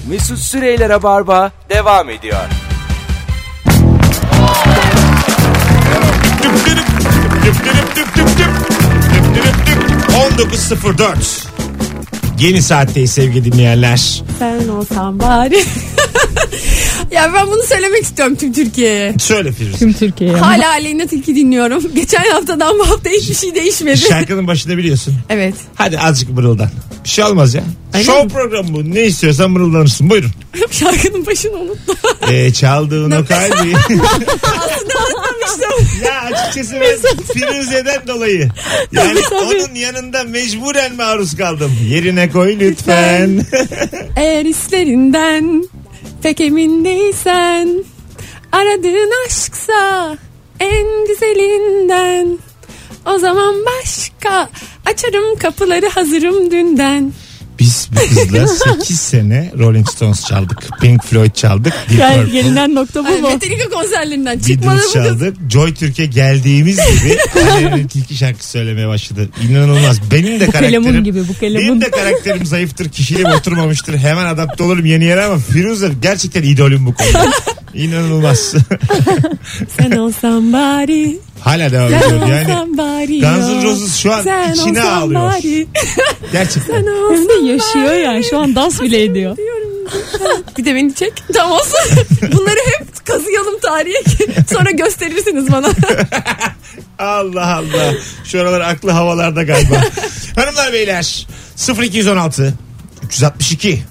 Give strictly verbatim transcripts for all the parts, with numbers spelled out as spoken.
Mesut Süreyler'e barba devam ediyor. on dokuz sıfır dört Yeni saatteyiz sevgili dinleyenler. Sen olsan bari. Ya ben bunu söylemek istiyorum tüm Türkiye'ye. Söyle Firuze. Tüm Türkiye'ye. Hala Aleyna Tilki dinliyorum. Geçen haftadan bu hafta hiçbir şey değişmedi. Şarkının başında biliyorsun. Evet. Hadi azıcık mırıldan. Bir şey olmaz ya. Aynen. Show programı bu. Ne istiyorsan mırıldanırsın. Buyurun. Şarkının başını unuttum. Ee, çaldığın o kalbi. Aslında unutmamıştım. Ya açıkçası ben Firuze'den dolayı. Yani onun yanında mecburen maruz kaldım. Yerine koy lütfen. Eğer hislerinden pek emin değilsen, aradığın aşksa en güzelinden, o zaman başka açarım kapıları, hazırım dünden. Biz bu kızla sekiz sene Rolling Stones çaldık. Pink Floyd çaldık. Deep Yani Purple. gelinen nokta bu Ay, mu? Metallica konserlerinden çıkmadı Beatles bu kız. çaldık. Joy Türkiye geldiğimiz gibi Aleyna Tilki şarkı söylemeye başladı. İnanılmaz. Benim de Bu karakterim kelemun gibi, bu kelemun. benim de karakterim zayıftır. Kişiliğim oturmamıştır. Hemen adapte olurum yeni yere ama Firuze gerçekten idolüm bu konuda. İnanılmaz. Sen olsan bari. Hala devam Sen ediyor. Yani olsan bari. Guns N' Roses şu an Sen içine olsan ağlıyor. bari. Gerçekten. Sen olsan Hem de yaşıyor yani. Şu an dans bile ediyor. Bir de beni çek. Tamam olsun. Bunları hep kazıyalım tarihe ki sonra gösterirsiniz bana. Allah Allah. Şu aralar aklı havalarda galiba. Hanımlar beyler sıfır iki on altı üç altı iki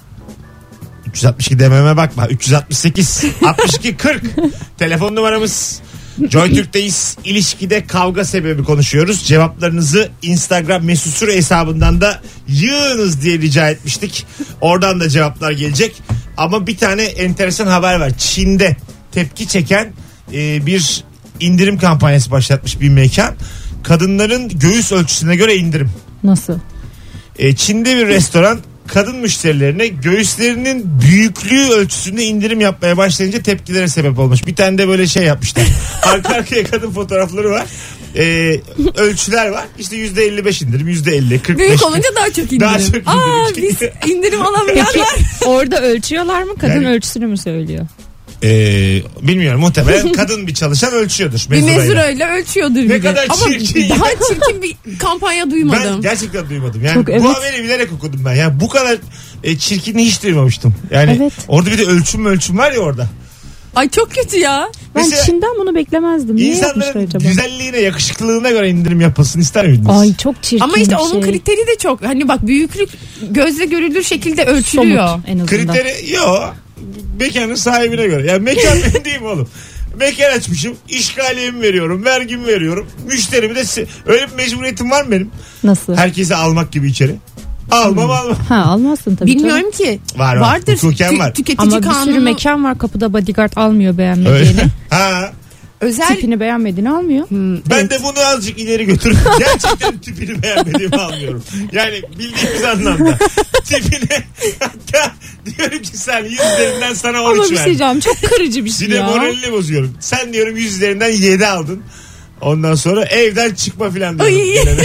üç altı iki dememe bakma. üç altı sekiz altmış iki kırk telefon numaramız. Joy Türk'teyiz. İlişkide kavga sebebi konuşuyoruz. Cevaplarınızı Instagram Mesut Süre hesabından da yığınız diye rica etmiştik. Oradan da cevaplar gelecek. Ama bir tane enteresan haber var. Çin'de tepki çeken e, bir indirim kampanyası başlatmış bir mekan. Kadınların göğüs ölçüsüne göre indirim. Nasıl? E, Çin'de bir restoran kadın müşterilerine göğüslerinin büyüklüğü ölçüsünde indirim yapmaya başlayınca tepkilere sebep olmuş. Bir tane de böyle şey yapmışlar. Arka arkaya kadın fotoğrafları var. Ee, ölçüler var. İşte yüzde elli beş indirim, yüzde elli, kırk beş. Büyük olunca daha çok indirim. Daha çok indirim. Aa, biz indirim alamayanlar. Orada ölçüyorlar mı? Kadın Yani- ölçüsünü mü söylüyor? Ee, bilmiyorum, muhtemelen kadın bir çalışan ölçüyordur. Bir mezurayla. mezurayla ölçüyordur bir Ne de. kadar Ama çirkin daha ya. çirkin bir kampanya Ben duymadım. gerçekten duymadım. Yani Çok, bu evet. haberi bilerek okudum ben. Yani bu kadar e, çirkinliği hiç duymamıştım. Yani Evet. orada bir de ölçüm ölçüm var ya orada. Ay çok kötü ya. Ben Mesela Çin'den bunu beklemezdim. Niye yapmışlar İnsanların acaba? güzelliğine, yakışıklılığına göre indirim yapılsın ister miydiniz? Ay çok çirkin Ama işte bir onun şey. kriteri de çok. Hani bak, büyüklük gözle görülür şekilde ölçülüyor. Somut en azından. Kriteri yok. Mekanın sahibine göre. Yani mekan benim değil mi oğlum? Mekan açmışım. İşgaliyemi veriyorum. Vergimi veriyorum. Müşterimi de se- öyle bir mecburiyetim var mı benim? Nasıl? Herkesi almak gibi içeri. Almam almam. Ha, almazsın tabii. Bilmiyorum ki. Var, var. Vardır. Hukuken Tü- var. Tüketici Ama bir kanunu. sürü mekan var, kapıda bodyguard almıyor Öyle. beğenmediğini. Ha. Özel. Tipini beğenmediğini almıyor. Hmm, Ben evet. de bunu azıcık ileri götür. Gerçekten tipini beğenmediğimi almıyorum. Yani bildiğimiz anlamda. Tipine hatta diyorum ki sen yüz üzerinden sana on Ama üç bir şey ver. diyeceğim, çok kırıcı bir şey Bir de ya. moralini bozuyorum. Sen diyorum yüz üzerinden yedi aldın. Ondan sonra evden çıkma filan diyorum. Ay. Gelene.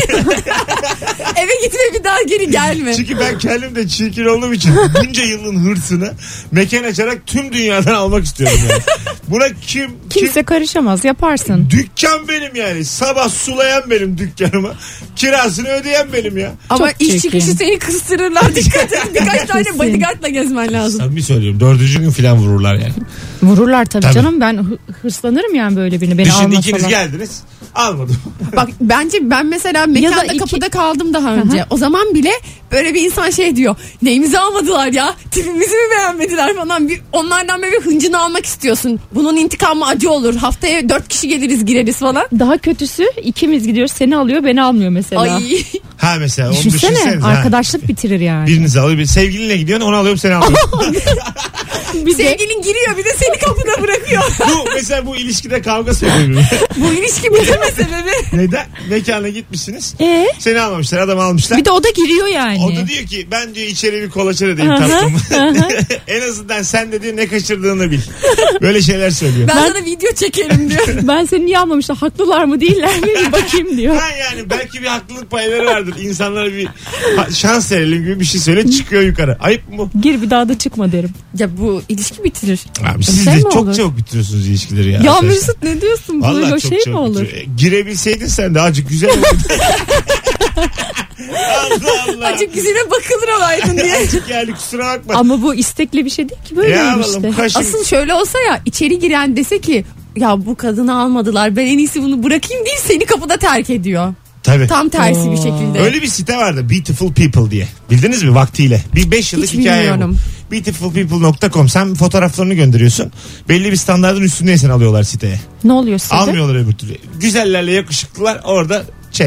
Eve gitme, bir daha geri gelme. Çünkü ben kendim de çirkin olduğum için bunca yılın hırsını mekan açarak tüm dünyadan almak istiyorum yani. Buna kim Kimse kim karışamaz, yaparsın. dükkan benim yani. Sabah sulayan benim dükkanımı. Kirasını ödeyen benim ya. Ama Çok iş çirkin. çıkışı seni kıstırırlar. Dikkat et. Birkaç tane Kesin. bodyguardla gezmen lazım. Samimi söylüyorum. Dördüncü gün filan vururlar yani. Vururlar tabii, Tabii. canım. Ben hı- hırslanırım yani böyle birini. Beni Düşün, almasalar. ikiniz geldiniz. Almadım. Bak bence ben mesela mekanda iki- kapıda kaldım daha önce. O zaman bile böyle bir insan şey diyor. Neyimizi almadılar ya? Tipimizi mi beğenmediler falan. Bir, onlardan böyle bir hıncını almak istiyorsun. Bunun intikamı acı olur. Haftaya dört kişi geliriz gireriz falan. Daha kötüsü, ikimiz gidiyoruz, seni alıyor, beni almıyor mesela. Ay. Ha mesela onu Düşünsene, düşünsenize. ha. arkadaşlık bitirir yani. Birinizi alıyor. Bir sevgilinle gidiyorsun, onu alıyorum, seni alıyorum. Bir de Sevgilin giriyor bir de seni kapıda bırakıyor. Bu mesela bu ilişkide kavga sebebi. Bu ilişki bitirme sebebi. Neden? Mekana gitmişsiniz. Ee? Seni almamışlar, adam almışlar. bir de o da giriyor yani. O da diyor ki ben diyor içeri bir kolaçan edeyim Hı hı, tatlım. En azından sen de diyor ne kaçırdığını bil. Böyle şeyler söylüyor. Ben, sana video çekerim diyor. Ben seni niye almamışlar? Haklılar mı değiller mi? Bir bakayım diyor. Ha yani belki bir haklılık payları vardır. İnsanlara bir ha- şans verelim gibi bir şey söyle, çıkıyor yukarı. Ayıp mı bu? Gir bir daha da çıkma derim. Ya bu ilişki bitirir. Abi siz şey de mi çok olur? çabuk bitiriyorsunuz ilişkileri ya. Ya arkadaşlar. Mesut ne diyorsun? Vallahi Böyle çok şey mi çabuk olur? bitiriyor. E, girebilseydin sen de azıcık güzel olurdu. Allah Allah. Acık yüzüne bakılır olaydın diye. Azıcık yani kusura bakma. Ama bu istekli bir şey değil ki, böyle Ya işte. oğlum, kaşın- Asıl şöyle olsa ya, içeri giren dese ki ya bu kadını almadılar, ben en iyisi bunu bırakayım değil, seni kapıda terk ediyor. Tabii. Tam tersi bir şekilde. Öyle bir site vardı, Beautiful People diye. Bildiniz mi vaktiyle? Bir beş yıllık Hiç hikaye bilmiyorum. bu. beautiful people nokta com. Sen fotoğraflarını gönderiyorsun. Belli bir standardın üstündeysen alıyorlar siteye. Ne oluyor size? Almıyorlar öbür türlü. Güzellerle yakışıklılar orada chat.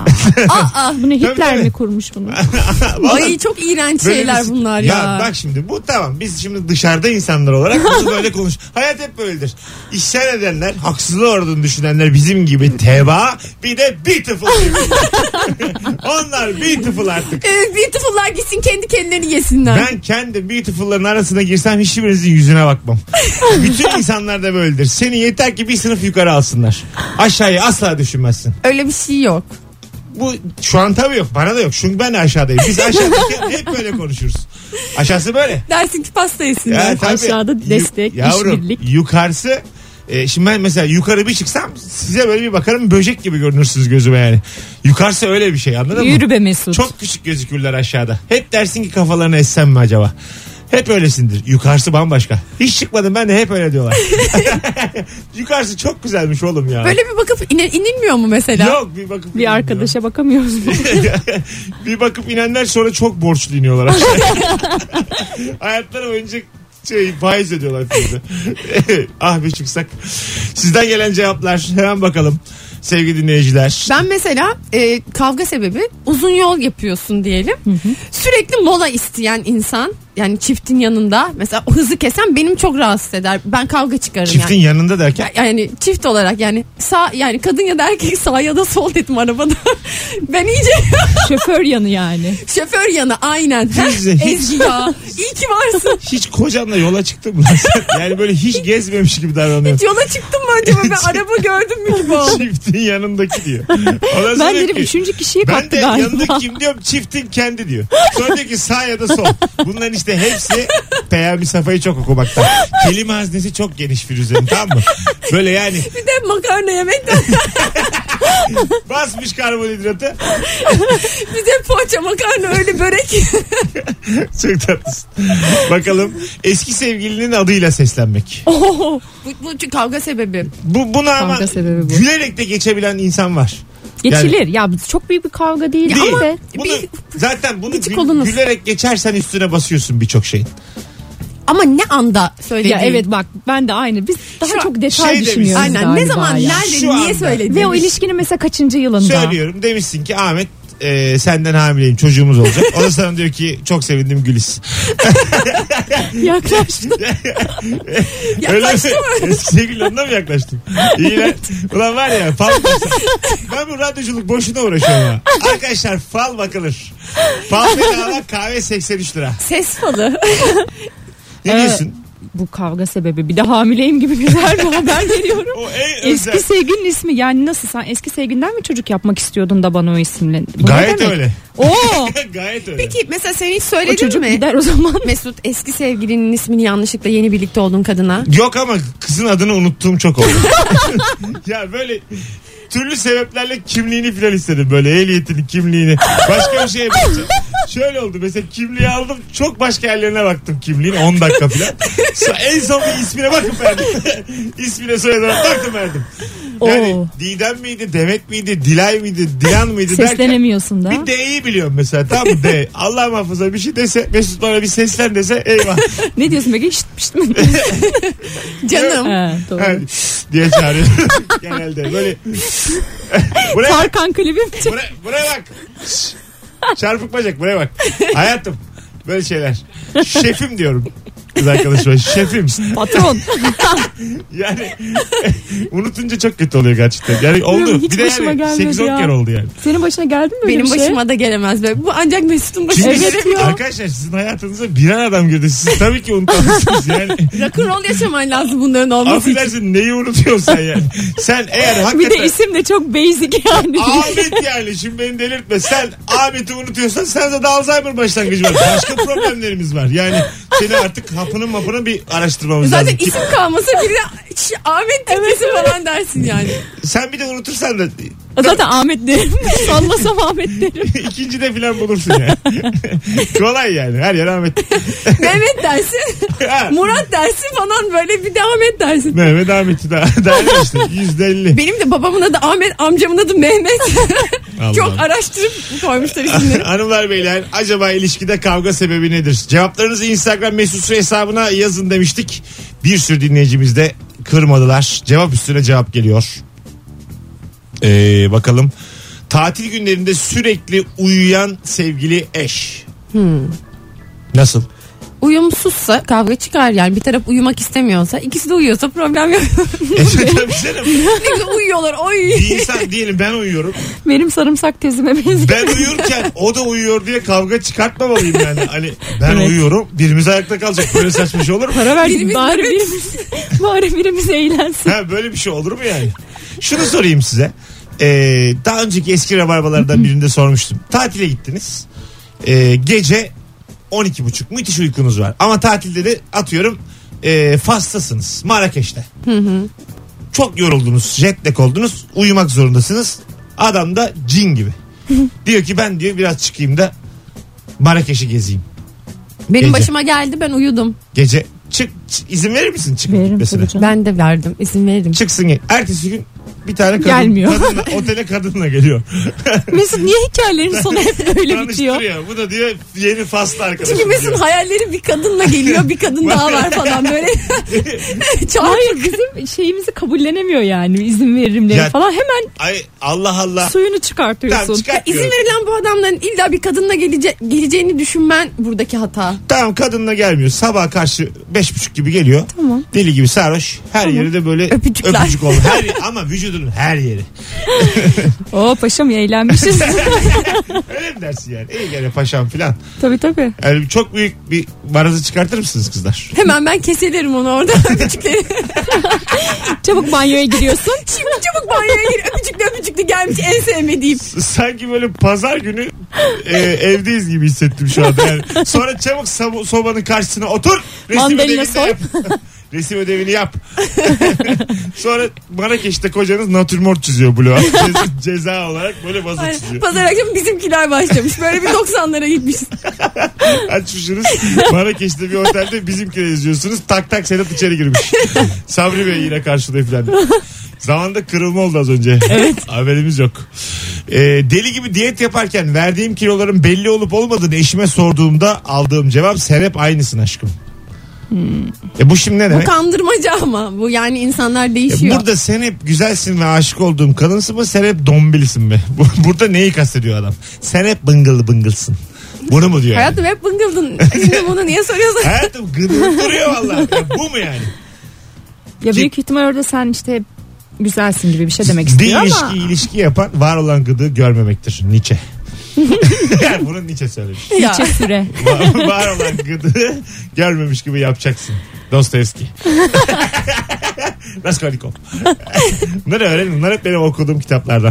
Aa, Bu ne, Hitler Tabii, mi tabii. kurmuş bunu? ay çok iğrenç Böyle bir şeyler sit- bunlar ya. Ya bak şimdi bu tamam, biz şimdi dışarıda insanlar olarak bunu böyle konuş. Hayat hep böyledir. İsyan edenler, haksızlığı olduğunu düşünenler bizim gibi teba, bir de beautiful people. Onlar beautiful artık. Evet, beautiful'lar gitsin kendi kendilerini yesinler. Ben kendi beautiful'ların arasına girsem hiçbirinizin yüzüne bakmam. Bütün insanlar da böyledir. Seni yeter ki bir sınıf yukarı alsınlar. Aşağıya asla düşünmezsin. Öyle bir şey yok. Bu şu an tabii yok. Bana da yok. Çünkü ben de aşağıdayım. Biz aşağıdayken hep böyle konuşuruz. Aşağısı böyle. Dersin ki pasta yesinler. Ya, tabii. Aşağıda destek, Yu- yavrum, işbirlik. yukarısı e, şimdi ben mesela yukarı bir çıksam size böyle bir bakarım, böcek gibi görünürsünüz gözüme yani. Yukarısı öyle bir şey, anladın mı? Yürü be Mesut. Çok küçük gözükürler aşağıda. Hep dersin ki kafalarını essem mi acaba? Hep öylesindir. Yukarısı bambaşka. Hiç çıkmadım ben de, hep öyle diyorlar. Yukarısı çok güzelmiş oğlum ya. Böyle bir bakıp ine, inilmiyor mu mesela? Yok, bir bakıp Bir arkadaşa bakamıyoruz mu? bir bakıp inenler sonra çok borçlu iniyorlar aşağıya. Hayatları boyunca şey, faiz ödüyorlar bize. Ah bir çıksak. Sizden gelen cevaplar hemen bakalım. Sevgili dinleyiciler. Ben mesela e, kavga sebebi uzun yol yapıyorsun diyelim. Sürekli mola isteyen insan, yani çiftin yanında mesela o hızı kesen benim çok rahatsız eder. Ben kavga çıkarırım Çiftin yani. yanında derken. Yani çift olarak, yani sağ, yani kadın ya da erkek, sağ ya da sol dedim arabada. Ben iyice Şoför yanı yani. şoför yanı aynen. Hiç- Heh, hiç- Ezgi ya. İyi ki varsın. Hiç kocanla yola çıktın mı lan sen? Yani böyle hiç gezmemiş gibi davranıyorsun. Hiç yola çıktım mı acaba, ben araba gördüm mü gibi oldu. Çiftin yanındaki diyor. Ona Ben söyleyeyim dedim ki, üçüncü kişiye ben kalktı de galiba. yanındaki kim diyorum, çiftin kendi diyor. Sonra diyor ki sağ ya da sol. Bunların işte hepsi Peyami Safa'yı çok okumaktan. Kelime haznesi çok geniş Firuze'nin, tamam mı? Böyle yani Bir de makarna yemekten basmış karbonhidratı. bize poğaça, makarna, öyle börek. Çok tatlısın. Bakalım, eski sevgilinin adıyla seslenmek. bu, bu çünkü kavga sebebi. Bu, buna ama Kavga sebebi bu. gülerek de geçebilen insan var. Geçilir. Ya bu çok büyük bir kavga değil, Değil. ama Bunu, Bir- zaten bunu gıcık gül- olunuz. gülerek geçersen üstüne basıyorsun birçok şeyin. Ama ne anda söylediğin. ya evet bak, ben de aynı. Biz daha Şu- çok detay şey düşünüyoruz demişsin. Aynen, ne galiba zaman, ya. nerede, Şu niye anda. söylediğin. Ve o ilişkinin mesela kaçıncı yılında? Söylüyorum, demişsin ki Ahmet e, senden hamileyim, çocuğumuz olacak. O da sana diyor ki çok sevindim Gülis. Yaklaştı. Yaklaştı mı? Eski sevgililerine mi yaklaştın? İyi lan. Ulan var ya, fal baksa. Ben bu radyoculuk boşuna uğraşıyorum ha. Arkadaşlar, fal bakılır. Fal bedava, kahve seksen üç lira. Ses falı. Ne Evet. diyorsun? Bu kavga sebebi. Bir de hamileyim gibi güzel bir haber veriyorum. O en Eski özel. sevgilinin ismi, yani nasıl, sen eski sevgilinden mi çocuk yapmak istiyordun da bana o isimle? Bu ne Gayet demek? öyle. Oo, Gayet öyle. Peki mesela sen hiç o söyledin çocuk mi? gider o zaman. Mesut, eski sevgilinin ismini yanlışlıkla yeni birlikte olduğun kadına. Yok ama kızın adını unuttuğum çok oldu. Ya böyle türlü sebeplerle kimliğini filan istedim, böyle ehliyetini, kimliğini. Başka bir şeye bakacağım. Şöyle oldu mesela, kimliği aldım, çok başka yerlerine baktım kimliğin, on dakika filan. So- en son bir ismine bakıp verdim. İsmine, soyadına baktım verdim. Yani Oo. Didem miydi, Demet miydi, Dilay mıydı, Dilan mıydı derken Seslenemiyorsun da. bir D'yi biliyorum mesela, tamam mı? D. Allah muhafaza bir şey dese, Mesut bana bir seslen dese, eyvah. Ne diyorsun peki? Şşt, pişt mi? Canım. He, doğru. Ha, diye çağırıyor. Genelde böyle. buraya bak, Tarkan klibi mi? buraya, buraya bak. Şş. Çarpık bacak, buraya bak. Hayatım, böyle şeyler. Şefim diyorum. kız arkadaşıma. Şefim. Patron. Yani unutunca çok kötü oluyor gerçekten. Yani oldu. Bilmiyorum, hiç bir de başıma yani gelmedi sekiz on ya. kere oldu yani. Senin başına geldi mi böyle Benim bir şey? başıma da gelemez böyle. Bu ancak Mesut'un başına Çünkü gelebiliyor. arkadaşlar sizin hayatınıza birer adam girdi. Siz tabii ki unutamazsınız yani. Rock'n'roll yaşaman lazım bunların olması için. Affedersin neyi unutuyorsun sen yani. Sen eğer Bir hakikaten... de isim de çok basic yani. Ahmet yani şimdi beni delirtme. Sen Ahmet'i unutuyorsan sen de Alzheimer başlangıcı var. Başka problemlerimiz var. Yani seni artık hapının mapının bir araştırmamız Zaten lazım. isim kalmasa bir de Ş- Ahmet Türkesi falan dersin yani. Sen bir de unutursan da Zaten Ahmet derim. Sallasam Ahmet derim. ikinci de filan bulursun yani. Kolay yani. Her yer Ahmet. Mehmet dersin. Ha. Murat dersin falan böyle bir de Ahmet dersin. Mehmet Ahmet'i daha, daha işte yüzde elli. Benim de babamın adı Ahmet, amcamın adı Mehmet. Allah. Çok araştırıp koymuşlar isimleri. Hanımlar beyler acaba ilişkide kavga sebebi nedir? Cevaplarınızı Instagram mesut süre hesabına yazın demiştik. Bir sürü dinleyicimiz de kırmadılar. Cevap üstüne cevap geliyor. Ee, bakalım. Tatil günlerinde sürekli uyuyan sevgili eş. Hmm. Nasıl? Uyumsuzsa kavga çıkar yani. Bir taraf uyumak istemiyorsa, ikisi de uyuyorsa problem yok. E, tabii canım. Ne güzel uyuyorlar. Oy. Bir insan diyelim ben uyuyorum. Benim sarımsak tezime benziyor. Ben uyurken o da uyuyor diye kavga çıkartmamalıyım yani. Hani ben Evet. uyuyorum birimiz ayakta kalacak. Böyle saçma şey olur mu? Para verdik Birimiz bari evet. birimiz, bari birimiz eğlensin. Ha, böyle bir şey olur mu yani? Şunu sorayım size. Ee, daha önceki eski rabarbalardan birinde sormuştum. Tatile gittiniz. Ee, gece on iki buçuk müthiş uykunuz var. Ama tatilde de atıyorum e, Fas'tasınız. Marrakeş'te. Hı hı. Çok yoruldunuz. Jet lag oldunuz. Uyumak zorundasınız. Adam da cin gibi. Diyor ki ben diyor biraz çıkayım da Marrakeş'i gezeyim. Benim Gece. başıma geldi, ben uyudum. Gece çık, çık- izin verir misin çıkıp Veririm gitmesine? tabii canım. Ben de verdim, izin veririm. Çıksın gel. Ertesi gün bir tane kadın, Gelmiyor. kadınla, otele kadınla geliyor. Mesut niye hikayelerin sonu hep böyle bitiyor? Tanıştırıyor. Bu da diyor yeni faslı arkadaşım Çünkü Mesut'un diyor. hayalleri bir kadınla geliyor, bir kadın daha var falan böyle. Çok Hayır bizim şeyimizi kabullenemiyor yani izin veririm diye Ya- falan hemen Ay Allah Allah. suyunu Tamam, çıkartıyorsun. çıkartmıyorum. İzin verilen bu adamların illa bir kadınla gelece- geleceğini düşünmen buradaki hata. Tamam kadınla gelmiyor. Sabah karşı beş buçuk gibi geliyor. Tamam. Deli gibi sarhoş. Her yeri de böyle Öpücükler. öpücük oldu. Her, ama vücudunun her yeri. Oo paşam eğlenmişiz. Öyle mi dersin yani? İyi gene paşam filan. Tabii tabii. Yani çok büyük bir marazı çıkartır mısınız kızlar? Hemen ben keselerim onu orada öpücükleri. Çabuk banyoya giriyorsun. Şimdi çabuk banyoya gir, öpücükle öpücükle gelmiş en sevmediğim. Sanki böyle pazar günü e, evdeyiz gibi hissettim şu anda. Yani. Sonra çabuk sab- sobanın karşısına otur. Resim Mandalina ödevini soy. yap. Resim ödevini yap. Sonra Marrakeş'te kocanız natürmort çiziyor bloğa. Ceza, ceza olarak böyle vazo Ay, çiziyor. pazar akşamı bizimkiler başlamış. Böyle bir doksanlara gitmişiz. Açmışsınız. Marrakeş'te bir otelde bizimkiler izliyorsunuz. Tak tak Sedat içeri girmiş. Sabri Bey yine karşılıyor falan. Zamanında kırılma oldu az önce. Evet. Haberimiz yok. Ee, deli gibi diyet yaparken verdiğim kiloların belli olup olmadığını eşime sorduğumda aldığım cevap sen hep aynısın aşkım. Hmm. E bu şimdi ne Bu demek? kandırmaca ama. Bu yani insanlar E değişiyor. burada sen hep güzelsin ve aşık olduğum kadınsın mı sen hep dombilisin mi? Bu- Burada neyi kastediyor adam? Sen hep bıngıl bıngılsın. Bunu mu diyor? Yani? Hayatım hep bıngıldın. Şimdi bunu niye soruyorsun? Hayatım gıdım duruyor valla. Ya bu mu yani? Ya büyük ihtimal orada sen işte güzelsin gibi bir şey demek Bir istiyor ilişki ama. ilişki yapan var olan gıdığı görmemektir. Nietzsche. Yani bunu Nietzsche söylemiş. Ya. İçe süre. Var, var olan gıdığı görmemiş gibi yapacaksın. Dostoyevski. Raskolnikov. Bunları öğrenin. Bunlar hep benim okuduğum kitaplardan.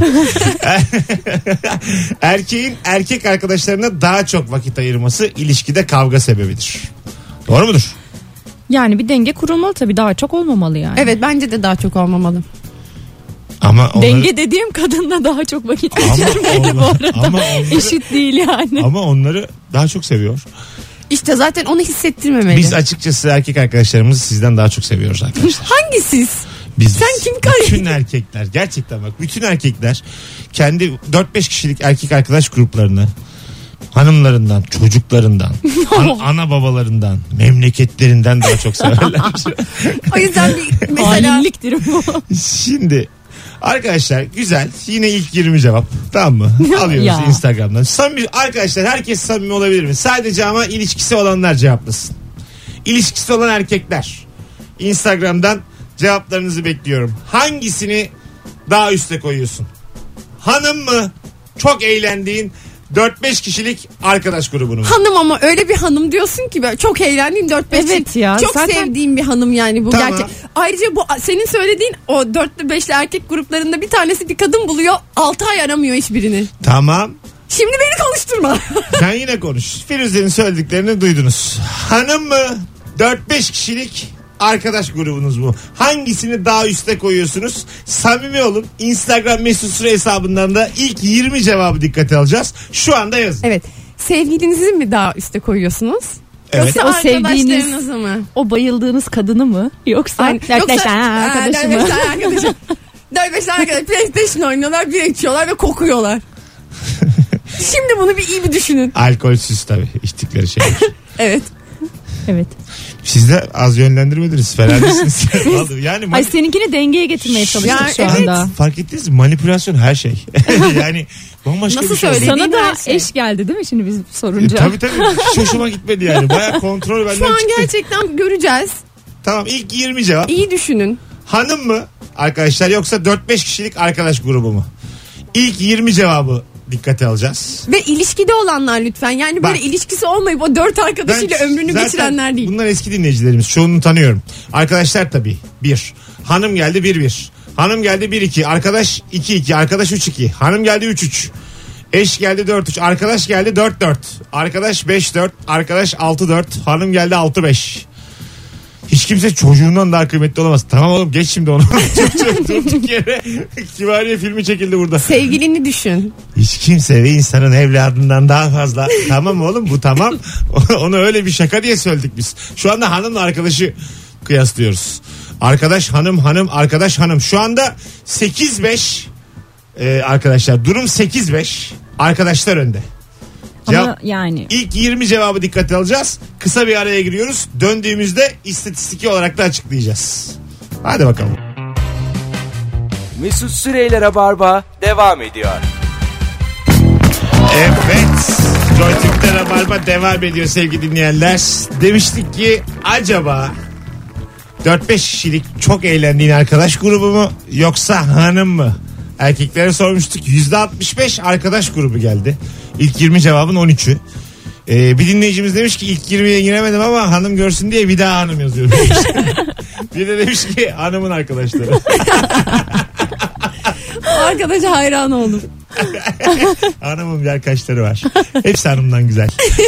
Erkeğin erkek arkadaşlarına daha çok vakit ayırması ilişkide kavga sebebidir. Doğru mudur? Yani bir denge kurulmalı tabii, daha çok olmamalı yani. Evet bence de daha çok olmamalı. Ama onları, Denge dediğim kadınla daha çok vakit ama, geçirmeli bu onlar- arada. ama onları, Eşit değil yani. ama onları daha çok seviyor. İşte zaten onu hissettirmemeli. Biz açıkçası erkek arkadaşlarımızı sizden daha çok seviyoruz arkadaşlar. Hangisiz? Biz, Sen kim kay- bütün erkekler gerçekten bak bütün erkekler kendi dört beş kişilik erkek arkadaş gruplarını hanımlarından, çocuklarından, an- ana babalarından, memleketlerinden daha çok severler. O yüzden bir mesela Hainliktir bu. Şimdi arkadaşlar güzel yine ilk yirmi cevap tamam mı? Alıyoruz Ya. Instagram'dan. Samimi, arkadaşlar herkes samimi olabilir mi? Sadece ama ilişkisi olanlar cevaplasın. İlişkisi olan erkekler. Instagram'dan cevaplarınızı bekliyorum. Hangisini daha üste koyuyorsun? Hanım mı? Çok eğlendiğin dört beş kişilik arkadaş grubunu mu? Hanım, ama öyle bir hanım diyorsun ki ben çok eğlendiğim dört beş Evet ya, çok zaten- sevdiğim bir hanım yani bu Tamam. gerçek. Ayrıca bu senin söylediğin o dörtlü beşli erkek gruplarında bir tanesi bir kadın buluyor, altı ay aramıyor hiçbirini. Tamam. Şimdi beni konuşturma. Sen yine konuş. Firuze'nin söylediklerini duydunuz. Hanım mı? dört beş kişilik arkadaş grubunuz mu? Hangisini daha üste koyuyorsunuz? Samimi olun. Instagram mesut süre hesabından da ilk yirmi cevabı dikkate alacağız. Şu anda yazın. Evet. Sevgilinizi mi daha üste koyuyorsunuz? Evet. Yoksa O sevdiğiniz- arkadaşlarınızı mı? O bayıldığınız kadını mı? Yoksa Aynen. dört beş Yoksa- tane Ha, arkadaşı dört beş mı? tane arkadaşım. dört beş tane arkadaş PlayStation oynuyorlar, bir içiyorlar ve kokuyorlar. Şimdi bunu bir iyi bir düşünün. Alkolsüz tabii içtikleri şeyler. Evet. Evet. Siz de az yönlendirmediniz. Fena değilsiniz. Vallahi yani Ay mani- seninkini dengeye getirmeye çalıştık Ya, şu evet. anda. fark ettiniz mi? Manipülasyon her şey. Yani bambaşka Nasıl bir şey oldu. söyledi? Sana Dediğin her da şey. eş geldi değil mi şimdi biz E, sorunca? tabii tabii. Hiç hoşuma gitmedi yani. Baya kontrol benden Şu an çıktı. gerçekten göreceğiz. Tamam, ilk yirmi cevap. İyi düşünün. Hanım mı arkadaşlar, yoksa dört beş kişilik arkadaş grubu mu? İlk yirmi cevabı dikkate alacağız. Ve ilişkide olanlar lütfen. Yani böyle Bak. ilişkisi olmayıp o dört arkadaşıyla Ben ömrünü zaten geçirenler değil. Bunlar eski dinleyicilerimiz. Çoğunu tanıyorum. Arkadaşlar tabii. Bir. Hanım geldi bir bir. Hanım geldi bir iki. Arkadaş iki iki. Arkadaş üç iki. Hanım geldi üç üç. Eş geldi dört üç. Arkadaş geldi dört dört. Arkadaş beş dört. Arkadaş altı dört. Hanım geldi altı beş. Hiç kimse çocuğundan daha kıymetli olamaz. Tamam oğlum, geç şimdi onu. Çocuğum durduk yere Kibariye filmi çekildi burada. Sevgilini düşün. Hiç kimse ve insanın evladından daha fazla. Tamam oğlum, bu tamam. Onu öyle bir şaka diye söyledik biz. Şu anda hanımla arkadaşı kıyaslıyoruz. Arkadaş hanım hanım arkadaş hanım. Şu anda sekiz beş e, arkadaşlar. Durum sekiz beş. Arkadaşlar önde. Ama Cevap- yani İlk yirmi cevabı dikkate alacağız. Kısa bir araya giriyoruz. Döndüğümüzde istatistiki olarak da açıklayacağız. Hadi bakalım. Mesut Süreyler'e barba devam ediyor. Evet. Joy Türk'te Rabarba devam ediyor sevgili dinleyenler. Demiştik ki acaba dört beş kişilik çok eğlendiğin arkadaş grubu mu yoksa hanım mı? Erkeklere sormuştuk. yüzde altmış beş arkadaş grubu geldi. İlk yirmi cevabın on üçü. Ee, bir dinleyicimiz demiş ki ilk yirmiye giremedim ama hanım görsün diye bir daha hanım yazıyorum. Bir de demiş ki hanımın arkadaşları. Arkadaşa hayran oldum. Hanımın bir arkadaşları var. Hepsi hanımdan güzel.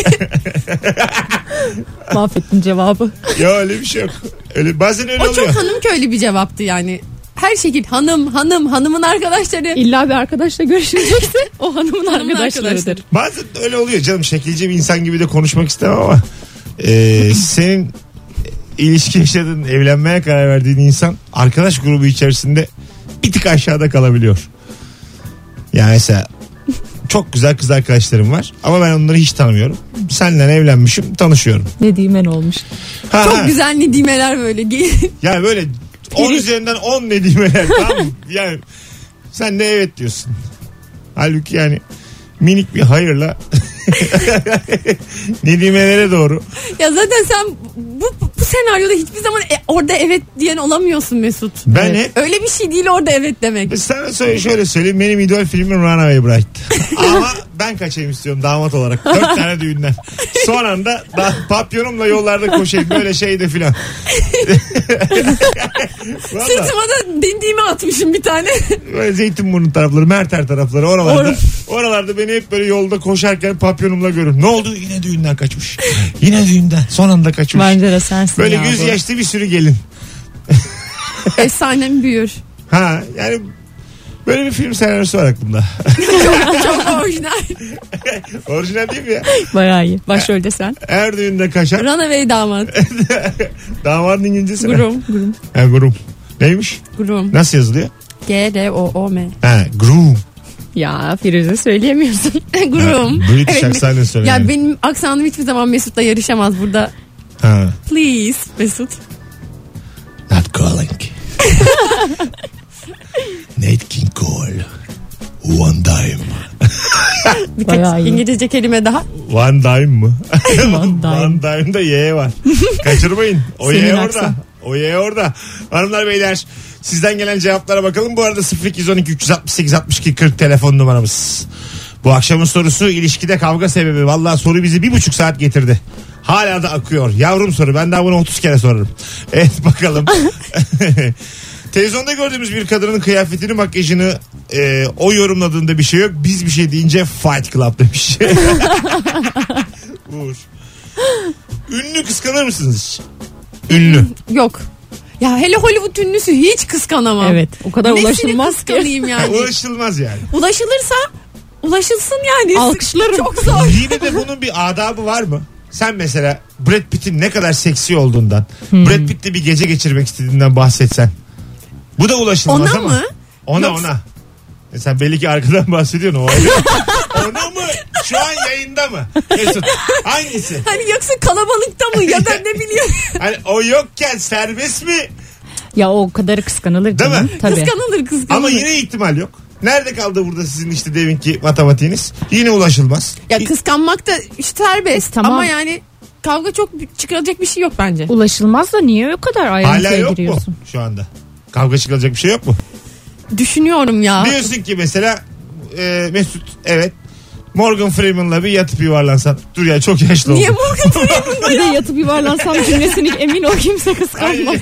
mahvettin cevabı. Ya öyle bir şey yok. Öyle, bazen öyle O oluyor. çok hanım köylü bir cevaptı yani. Her şekil hanım hanım hanımın arkadaşları. İlla bir arkadaşla görüşecekse o hanımın Hanımın arkadaşlarıdır. arkadaşları. Bazen öyle oluyor canım, şekilci bir insan gibi de konuşmak istemem ama e, senin ilişki yaşadığın, evlenmeye karar verdiğin insan arkadaş grubu içerisinde bir tık aşağıda kalabiliyor. Yani mesela çok güzel kız arkadaşlarım var ama ben onları hiç tanımıyorum. Seninle evlenmişim, tanışıyorum. Ne diyeyim ben olmuş. Ha, Çok ha. güzel nedimeler böyle. Yani böyle on üzerinden on ne diyeyim yani, tamam mı? Yani sen de evet diyorsun. Halbuki yani minik bir hayırla nedimelere doğru. Ya zaten sen bu, bu senaryoda hiçbir zaman e, orada evet diyen olamıyorsun Mesut. Ben Evet. hep- Öyle bir şey değil orada evet demek. Sana söyle, şöyle söyleyeyim, benim idol filmim Runaway Bride. Ama ben kaçayım istiyorum damat olarak. Dört tane düğünden. Son anda da papyonumla yollarda koşayım böyle şeyde filan. Valla Sırtıma da dindiğimi atmışım bir tane. böyle Zeytinburnu tarafları, Merter tarafları, oralarda. Or- Oralarda beni hep böyle yolda koşarken papyonumla görürüm. Ne oldu? Yine düğünden kaçmış. Yine düğünden. Son anda kaçmış. Bence de sensin Böyle ya yüz bu. yaşlı bir sürü gelin. Efsanem büyür. Ha yani böyle bir film senaryosu var aklımda. Çok orijinal. Orijinal değil mi ya? Bayağı iyi. Başrolde sen. Her düğünde kaçar. Runaway damat. Damadın İngilizcesi ne? Groom. Groom. Ha, groom. Neymiş? Groom. Nasıl yazılıyor? G R O O M. Ha, groom. Ya Firuze söyleyemiyorsun. Groom. Ha, British aksanıyla söyle. Ya benim aksanım hiçbir zaman Mesut'la yarışamaz burada. Ha. Please Mesut. Not calling. Nate King Cole. One time. Birkaç Bayağı iyi. İngilizce kelime daha. One dime mı? One dime. One dime'da Y var. Kaçırmayın. O Senin Y orada. aksan. O Y orada. Hanımlar beyler, sizden gelen cevaplara bakalım. Bu arada sıfır iki on iki üç altı sekiz altmış iki kırk telefon numaramız. Bu akşamın sorusu ilişkide kavga sebebi. Vallahi soru bizi bir buçuk saat getirdi. Hala da akıyor. Yavrum soru. Ben daha bunu otuz kere sorarım. Evet bakalım. Televizyonda gördüğümüz bir kadının kıyafetini, makyajını e, o yorumladığında bir şey yok. Biz bir şey deyince Fight Club demiş. Uğur. Ünlü kıskanır mısınız? Ünlü. Yok. Ya hele Hollywood ünlüsü hiç kıskanamam. Evet, o kadar Nesini ulaşılmaz ki. kıskanayım yani. Ulaşılmaz yani. Ulaşılırsa ulaşılsın yani. Alkışlarım. Çok zor. Yine de bunun bir adabı var mı? Sen mesela Brad Pitt'in ne kadar seksi olduğundan, hmm. Brad Pitt'le bir gece geçirmek istediğinden bahsetsen. Bu da ulaşılmaz ona ama. Mı? Ona Yoksa... ona. E sen belli ki arkadan bahsediyorsun. O ona mı? Şu an yayında mı? Mesut hangisi? Hani yoksa kalabalıkta mı ya da ne bileyim. Hani o yokken serbest mi? Ya o kadarı kıskanılır değil canım. mi? Tabii. Kıskanılır kıskanılır. Ama yine ihtimal yok. Nerede kaldı burada sizin işte deminki matematiğiniz? Yine ulaşılmaz. Ya kıskanmak da serbest. Tamam. Ama yani kavga çok çıkarılacak bir şey yok bence. Ulaşılmaz da niye o kadar Hala ayrıntıya yok giriyorsun? mu şu anda? Kavga çıkılacak bir şey yok mu? Düşünüyorum ya. Diyorsun ki mesela e, Mesut evet Morgan Freeman'la bir yatıp yuvarlansan. Dur ya çok yaşlı Niye oldum. Morgan Freeman'la Bir de yatıp yuvarlansam cümlesini emin ol kimse kıskanmaz.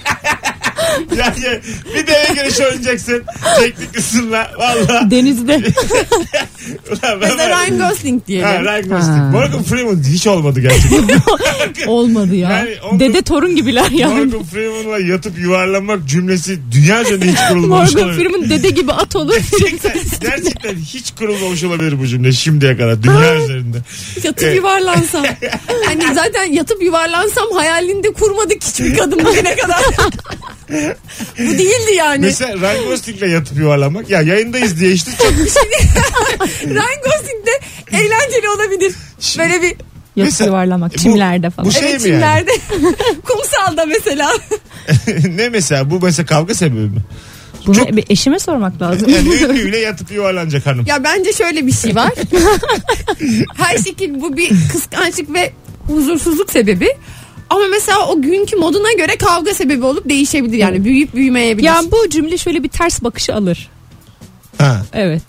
Yani bir de eve görüş oynayacaksın. Teknik ısınla. Valla. Denizde. Ulan ben Mesela var- Ryan Gosling diyelim. Ha, Ryan Gosling. Ha. Morgan Freeman hiç olmadı gerçekten. Olmadı ya. Yani onu- Dede torun gibiler yani. Morgan Freeman'la yatıp yuvarlanmak cümlesi dünya üzerinde hiç kurulmamış Morgan olabilir. Freeman dede gibi at olur. Gerçekten, gerçekten hiç kurulmamış olabilir bu cümle şimdiye kadar dünya üzerinde. Yatıp Evet. yuvarlansam. Hani zaten yatıp yuvarlansam hayalinde kurmadık hiçbir kadın bugüne kadar. Bu değildi yani. Mesela Ryan Gosling'le yatıp yuvarlanmak. Ya yayındayız diye işte çok Ryan Gosling de eğlenceli olabilir. Böyle bir Yatıp Mesela- yuvarlamak bu- çimlerde falan. bu- Şey evet mi yani? çimlerde. Kumsalda mesela. ne mesela bu mesela kavga sebebi mi? Bunu çok- bir eşime sormak lazım. Yani ünlüyle yatıp yuvarlanacak hanım. Ya bence şöyle bir şey var. Her şekil bu bir kıskançlık ve huzursuzluk sebebi. Ama mesela o günkü moduna göre kavga sebebi olup değişebilir. Yani büyüyüp büyümeyebilir. Ya bu cümle şöyle bir ters bakışı alır. Ha. Evet.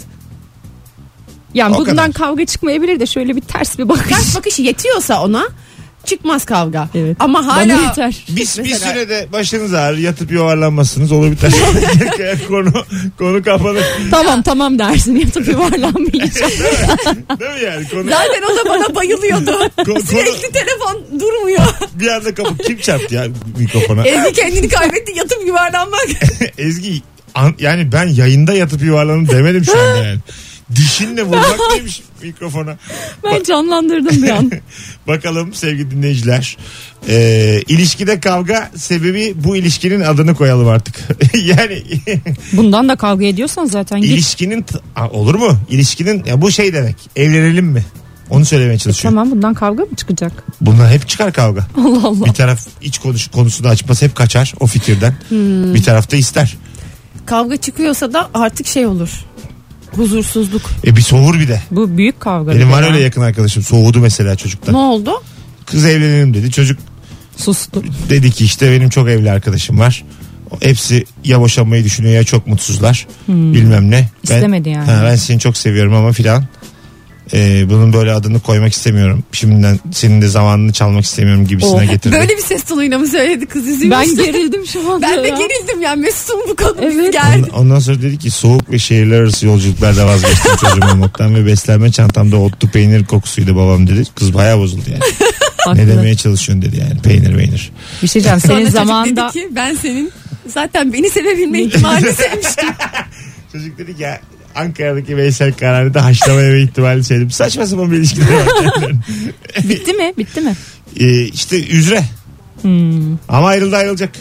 Yani O bundan kadar. kavga çıkmayabilir de şöyle bir ters bir bakış. Ters bakış yetiyorsa ona çıkmaz kavga. Evet. Ama Bana hala yeter. Biz bir Mesela- sürede başınız ağrır yatıp yuvarlanmazsınız olur biter. konu konu kapanır. Tamam tamam dersin yatıp yuvarlanmayacağım. Değil mi yani? Konu, zaten o da bana bayılıyordu. Ko- Sürekli telefon durmuyor. bir anda kapı kim çarptı ya mikrofona? Ezgi kendini kaybetti yatıp yuvarlanmak. Ezgi an- yani ben yayında yatıp yuvarlanın demedim şu anda yani. Dişinle vurmak neymiş mikrofona. Ben canlandırdım bir an. Bakalım sevgili dinleyiciler. Ee, ilişkide kavga sebebi bu ilişkinin adını koyalım artık. yani Bundan da kavga ediyorsan zaten git. ilişkinin t- Aa, olur mu? İlişkinin ya bu şey demek. Evlenelim mi? Onu söylemeye çalışıyor. Tamam bundan kavga mı çıkacak? Bunlar hep çıkar kavga. Allah Allah. Bir taraf iç konuş, konusunu açmaz hep kaçar o fikirden. Hmm. Bir taraf da ister. Kavga çıkıyorsa da artık şey olur. Huzursuzluk. E bir soğur bir de. Bu büyük kavga. Benim bir var de öyle ya. yakın arkadaşım. Soğudu mesela çocuktan. Ne oldu? Kız evlenelim dedi. Çocuk Sustu. dedi ki işte benim çok evli arkadaşım var. O hepsi ya boşanmayı düşünüyor ya çok mutsuzlar. Bilmem ne. Ben, İstemedi yani. Ha, ben seni çok seviyorum ama filan. Ee, bunun böyle adını koymak istemiyorum. Şimdiden senin de zamanını çalmak istemiyorum gibisine Oh, getirdi. Böyle bir ses tonuyla mı söyledi kız üzülmüş. Ben gerildim şu anda. Ben de ya. gerildim ya. Mesut'un bu konu Evet. bizi geldi. Ondan, ondan sonra dedi ki soğuk ve şehirler arası yolculuklarda vazgeçtim çocuğum olmaktan ve beslenme çantamda otlu peynir kokusuydu babam dedi. Kız bayağı bozuldu yani. Haklı. Ne demeye çalışıyorsun dedi yani peynir peynir. Bir şey diyeceğim. Sonra Senin çocuk zamanında dedi ki ben senin zaten beni sevebilme ihtimalini sevmiştim. Çocuk dedi ki ya Ankara'daki Veysel Kararı'da haşlama yeme ihtimali sevdim. Saçma sapan bir ilişkileri var kendilerinin. bitti mi? Bitti mi? Ee, işte üzre. Hmm. Ama ayrıldı ayrılacak.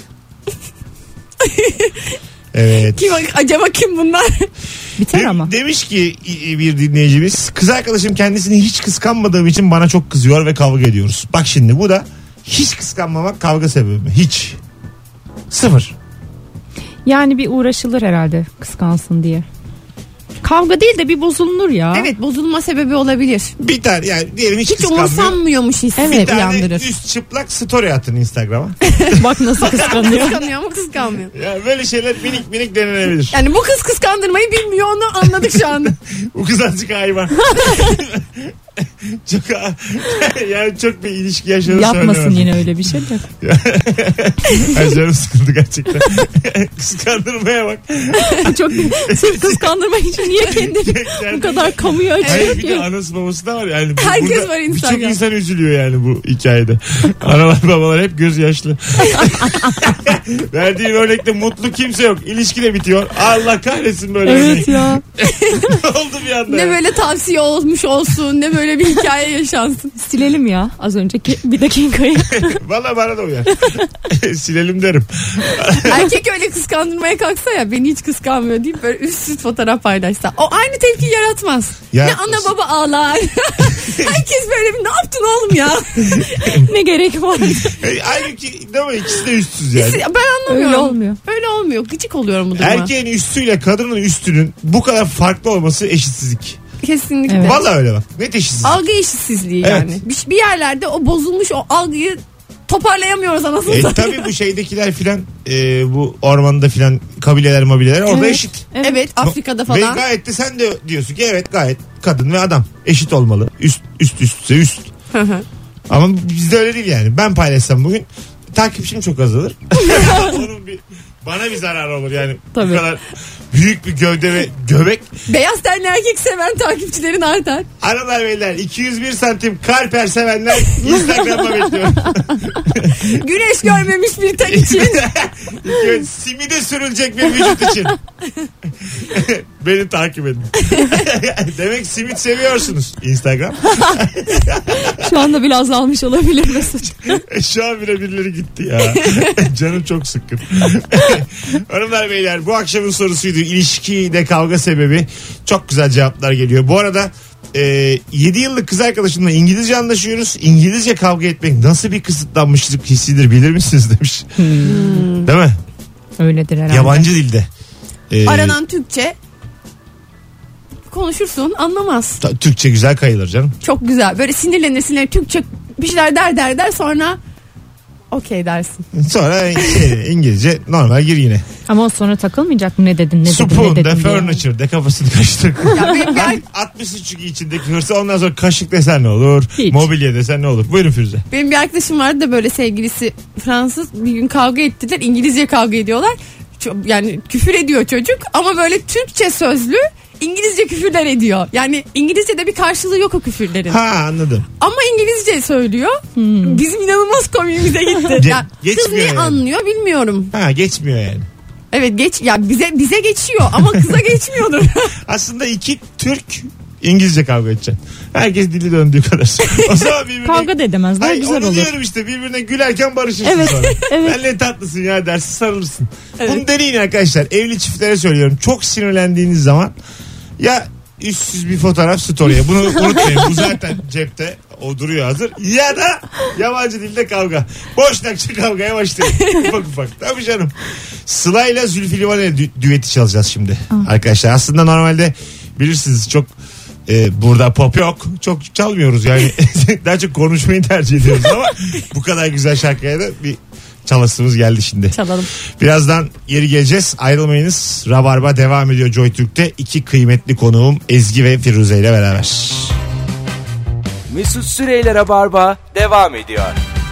Evet. Kim acaba kim bunlar? Biter Dem- ama. Demiş ki bir dinleyicimiz kız arkadaşım kendisini hiç kıskanmadığım için bana çok kızıyor ve kavga ediyoruz. Bak şimdi bu da hiç kıskanmamak kavga sebebi mi? Hiç. Sıfır. Yani bir uğraşılır herhalde kıskansın diye. Kavga değil de bir bozulunur ya. Evet, bozulma sebebi olabilir. Bir tane yani diyelim hiç, Hiç kıskanmıyor. umursanmıyormuş hissi Bir tane uyandırır. üst çıplak story atın Instagram'a. Bak nasıl kıskanıyor. Kıskanıyor ama kıskanmıyor. Yani böyle şeyler minik minik denenebilir. Yani bu kız kıskandırmayı bilmiyor, onu anladık şu anda. Bu kız azıcık hayvan. Çok yani çok bir ilişki yaşadı. Yapmasın yine öyle bir şey de. Ay canım sıkıldı gerçekten. Kıskandırmaya bak. Çok sırf kıskandırmak için niye kendini bu kadar kamuya Hayır açıyor bir ki? de anası babası da var yani. Bu- Herkes burada var Instagram. Birçok insan üzülüyor yani bu hikayede. Analar babalar hep göz yaşlı. Verdiğin örnekte mutlu kimse yok. İlişki de bitiyor. Allah kahretsin böyle. Evet ya. Ne oldu bir anda? Ne ya? böyle tavsiye olmuş olsun, ne böyle bir hikaye yaşansın. Silelim ya az önceki bir dakikayı. Valla bana da uyar. Silelim derim. Erkek öyle kıskandırmaya kalksa ya, beni hiç kıskanmıyor deyip böyle üst üst fotoğraf paylaşsa, o aynı tepki yaratmaz. Ya- Ne ana baba ağlar. Herkes böyle bir, ne yaptın oğlum ya? Ne gerek var? E, Halbuki değil mi? İkisi de üstsüz yani. Ben anlamıyorum. Öyle olmuyor. Öyle olmuyor. Gıcık oluyorum bu duruma. Erkeğin üstüyle kadının üstünün bu kadar farklı olması eşitsizlik. Kesinlikle. Evet. Valla öyle bak. Net eşitsizlik. Algı eşitsizliği Evet. yani. Bir, bir yerlerde o bozulmuş o algıyı toparlayamıyoruz anasını E satayım. tabi bu şeydekiler filan e, bu ormanda filan kabileler mobileler orada Evet. eşit. Evet, Afrika'da Ve falan. gayet de sen de diyorsun ki evet gayet kadın ve adam eşit olmalı. Üst üst üstse üst. Hı hı. Ama bizde öyle değil yani. Ben paylaşsam bugün takipçim çok azalır. Onun bir bana bir zararı olur yani. Tabii. Bu kadar büyük bir gövde ve göbek. Beyaz tenli erkek seven takipçilerin artar. Aralar beyler iki yüz bir santim kalper sevenler Instagram'da bekliyorum. Güneş görmemiş bir ten için. Evet, simide sürülecek bir vücut için. Beni takip edin. Demek simit seviyorsunuz Instagram. Şu anda biraz almış olabilir Mesut. Şu an bile birileri gitti ya. Canım çok sıkkın. Hanımlar beyler bu akşamın sorusuydu. İlişkide kavga sebebi. Çok güzel cevaplar geliyor. Bu arada e, yedi yıllık kız arkadaşımla İngilizce anlaşıyoruz. İngilizce kavga etmek nasıl bir kısıtlanmışlık hissidir bilir misiniz demiş. Hmm. Değil mi? Öyledir herhalde. Yabancı dilde. E, Aranan Türkçe konuşursun, anlamaz. ta- Türkçe güzel kayılır canım. Çok güzel. Böyle sinirlenir sinirlenir Türkçe bir şeyler der der der sonra okey dersin. Sonra şey, İngilizce normal gir yine. Ama sonra takılmayacak mı ne dedin ne dedin Spoon ne de dedin diye. furniture de kafasını karıştır. Ya benim bir, Ben altmış çünkü içindeki hırsı ondan sonra kaşık desen ne olur? Hiç. Mobilya desen ne olur? Buyurun Firuze. benim bir arkadaşım vardı da böyle sevgilisi Fransız, bir gün kavga ettiler. İngilizce kavga ediyorlar. Çok, yani küfür ediyor çocuk ama böyle Türkçe sözlü İngilizce küfürler ediyor. Yani İngilizce'de bir karşılığı yok o küfürlerin. Ha anladım. Ama İngilizce söylüyor. Hmm. Bizim inanılmaz komiğimize gitti. Ge- ya, kız geçmiyor ne yani. anlıyor bilmiyorum. Ha geçmiyor yani. Evet geç ya bize bize geçiyor ama kıza geçmiyordur. Aslında iki Türk İngilizce kavga edecek. Herkes dili döndüğü kadar. O zaman birbirine... Kavga da edemezler Hayır, güzel onu olur. diyorum işte birbirine gülerken barışırsın Evet, sonra. evet. Ben ne tatlısın ya dersin sarılırsın. Evet. Bunu deneyin arkadaşlar. Evli çiftlere söylüyorum. Çok sinirlendiğiniz zaman ya üstsüz bir fotoğraf story'e. Bunu unutmayın. Bu zaten cepte. O duruyor hazır. Ya da yabancı dilde kavga. Boşnakça kavgaya başlayın. Ufak ufak. Tabii canım. Sıla ile Zülfü Livaneli dü- düeti çalacağız şimdi. Arkadaşlar aslında normalde bilirsiniz çok e, burada pop yok. Çok çalmıyoruz yani. Daha çok konuşmayı tercih ediyoruz ama bu kadar güzel şarkıya da bir çalasımız geldi şimdi. Çalalım. Birazdan geri geleceğiz. Ayrılmayınız. Rabarba devam ediyor Joy Türk'te. İki kıymetli konuğum Ezgi ve Firuze ile beraber. Mesut Süreyler'e barba devam ediyor.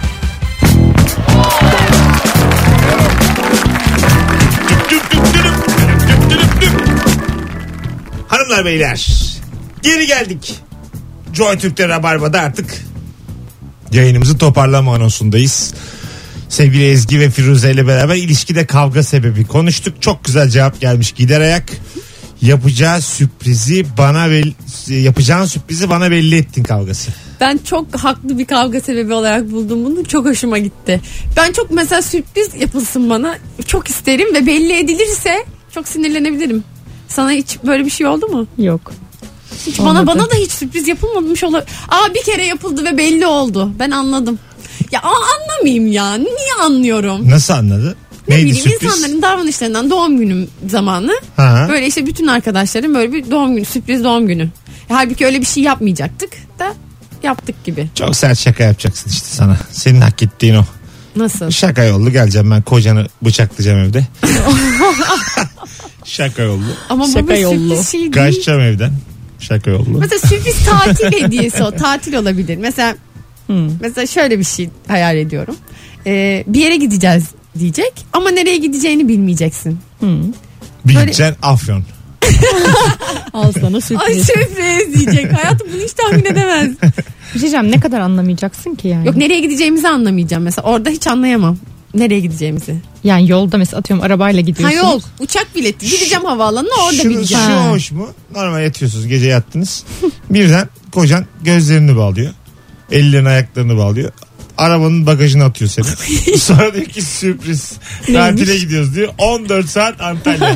Düp düp dürüp, düp dürüp düp. Hanımlar beyler geri geldik. Joy Türk'te Rabarba'da artık yayınımızı toparlama anonsundayız. Sevgili Ezgi ve Firuze ile beraber ilişkide kavga sebebi konuştuk. Çok güzel cevap gelmiş. Gider ayak yapacağı sürprizi bana belli, yapacağın sürprizi bana belli ettin kavgası. Ben çok haklı bir kavga sebebi olarak buldum bunu. Çok hoşuma gitti. Ben çok mesela sürpriz yapılsın bana. Çok isterim ve belli edilirse çok sinirlenebilirim. Sana hiç böyle bir şey oldu mu? Yok. Hiç Olmadı. bana bana da hiç sürpriz yapılmamış olabilir. Aa bir kere yapıldı ve belli oldu. Ben anladım. Ya aa, anlamayayım ya. Niye anlıyorum? Nasıl anladı? Ne Neydi bileyim sürpriz? insanların davranışlarından doğum günüm zamanı Ha. böyle işte bütün arkadaşlarım böyle bir doğum günü, sürpriz doğum günü. Halbuki öyle bir şey yapmayacaktık da yaptık gibi. Çok sert şaka yapacaksın işte sana. Senin hak ettiğin o. Nasıl? Şaka yollu geleceğim ben kocanı bıçaklayacağım evde. Şaka yollu. Ama Şaka bu bir yollu. sürpriz şey değil. Kaçacağım evden. Şaka yollu. Mesela sürpriz tatil hediyesi o. Tatil olabilir. Mesela Hmm. mesela şöyle bir şey hayal ediyorum. Ee, bir yere gideceğiz diyecek ama nereye gideceğini bilmeyeceksin. Hmm. Bileceksin Afyon. Al sana Ay sürpriz. sürpriz diyecek. Hayatım bunu hiç tahmin edemez. Bir şey diyeceğim, ne kadar anlamayacaksın ki yani. Yok nereye gideceğimizi anlamayacağım mesela. Orada hiç anlayamam. Nereye gideceğimizi. Yani yolda mesela atıyorum arabayla Ha gidiyorsun. yok uçak bileti. Gideceğim havaalanına orada Şu, bileceğim. şu Ha. hoş mu? Normal yatıyorsunuz gece yattınız. Birden kocan gözlerini bağlıyor. Ellerini ayaklarını bağlıyor. Arabanın bagajına atıyor seni. Sonra diyor ki sürpriz. Tatile gidiyoruz diyor. on dört saat Antalya.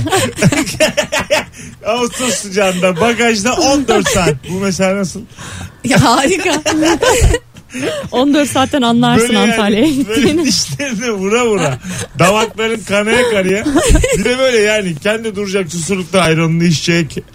Ağustos sıcağında bagajda on dört saat. Bu mesela nasıl? Ya harika. on dört saatten anlarsın yani, Antalya'ya böyle gittiğini. dişlerini vura vura. Damakların kanaya kanaya. Bir de böyle yani kendi duracak susurlukta ayranını içecek.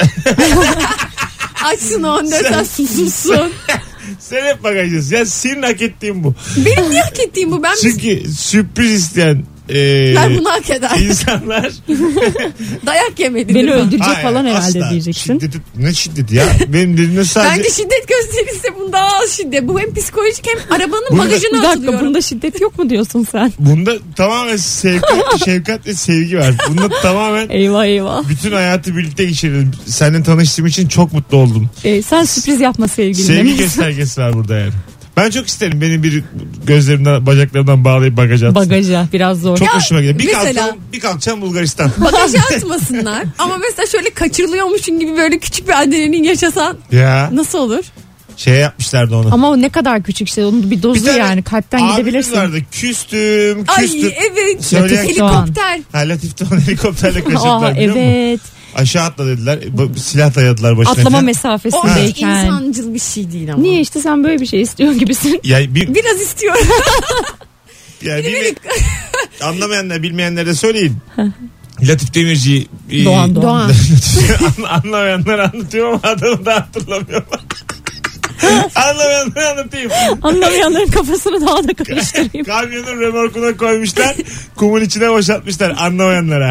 Açsın on dört Sen- saat susuzsun. Sen hep bagajdasın. Ya senin hak ettiğin bu. Benim niye hak ettiğim bu? Ben Çünkü sürpriz isteyen e, ben bunu hak eder. insanlar Dayak yemedi. Beni ben. öldürecek Hayır, falan herhalde asla. diyeceksin. Şiddeti, ne şiddeti ya? Benim dediğimde sadece Bence şiddet gösterirse bunda daha az şiddet. Bu hem psikolojik hem arabanın Bunda- Bir bagajına dakika, atılıyorum. bunda şiddet yok mu diyorsun sen? bunda tamamen şefkat, şefkat ve sevgi var. Bunda tamamen Eyvah eyvah. bütün hayatı birlikte geçirelim. Seninle tanıştığım için çok mutlu oldum. Ee, sen sürpriz yapma sevgiline. Sevgi göstergesi var burada yani. Ben çok isterim beni bir gözlerimden bacaklarımdan bağlayıp bagaja atsın. Bagaja biraz zor. Çok hoşuma gidiyor. Bir mesela- kalkacağım, bir kalkacağım Bulgaristan. Bagaja atmasınlar. Ama mesela şöyle kaçırılıyormuşsun gibi böyle küçük bir adrenalin yaşasan Ya nasıl olur? şey yapmışlardı onu. Ama o ne kadar küçük şey. Onun bir dozu Bir tane yani. Kalpten abimiz gidebilirsin. vardı. Küstüm, küstüm. Ay evet. Söyleyen- Helikopter. Ha, Latif Doğan helikopterle Aa, kaçırdılar biliyor musun? evet. Aşağı atla dediler. Bu- Silah dayadılar başına. Atlama falan. O mesafesindeyken. insancıl bir şey değil ama. Niye işte sen böyle bir şey istiyor gibisin. Ya bir, Biraz istiyorum. yani Biri bir- beni- anlamayanlar bilmeyenlere de söyleyin. Latif Demirci e, Doğan Doğan. Doğan. An- anlamayanlar anlatıyorum ama adamı da hatırlamıyorum. Anlamayanları anlatayım. Anlamayanların kafasını daha da karıştırayım. Kamyonun remorkuna koymuşlar. Kumun içine boşaltmışlar anlamayanlara.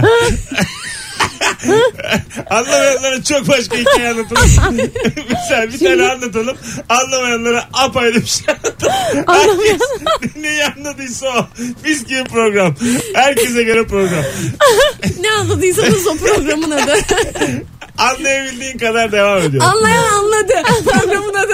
Anlamayanlara çok başka hikaye anlatalım. Mesela bir tane anlatalım. Anlamayanlara apayrı bir şey anlatalım. Herkes neyi anladıysa o. Biz gibi program. Herkese göre program. Ne anladıysanız o programın adı. Anlayabildiğin kadar devam ediyor. Anlayan anladı. Programın adı.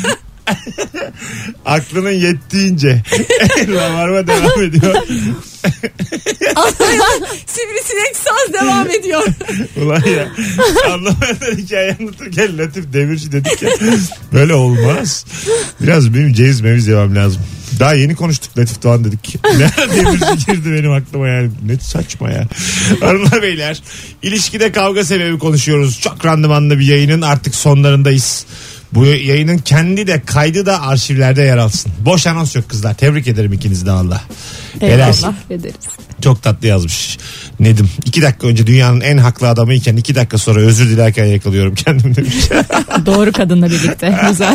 Aklının yettiğince. Rabarba devam ediyor. Anlayan sivrisinek saz devam ediyor. Ulan ya. Anlamayanlar hikaye anlatırken Latif Demirci dedik ya. Böyle olmaz. Biraz benim ceviz meviz yemem lazım. Daha yeni konuştuk Latif Doğan dedik. Ne ara Demirci girdi benim aklıma yani. Ne saçma ya. Hanımlar beyler. İlişkide kavga sebebi konuşuyoruz. Çok randımanlı bir yayının artık sonlarındayız. Bu yayının kendi de kaydı da arşivlerde yer alsın. Boş anons yok kızlar. Tebrik ederim ikinizi de valla. Helal. Eyvallah ederiz. Çok tatlı yazmış Nedim. İki dakika önce dünyanın en haklı adamıyken iki dakika sonra özür dilerken yakalıyorum kendim demiş. Doğru kadınla birlikte. Güzel.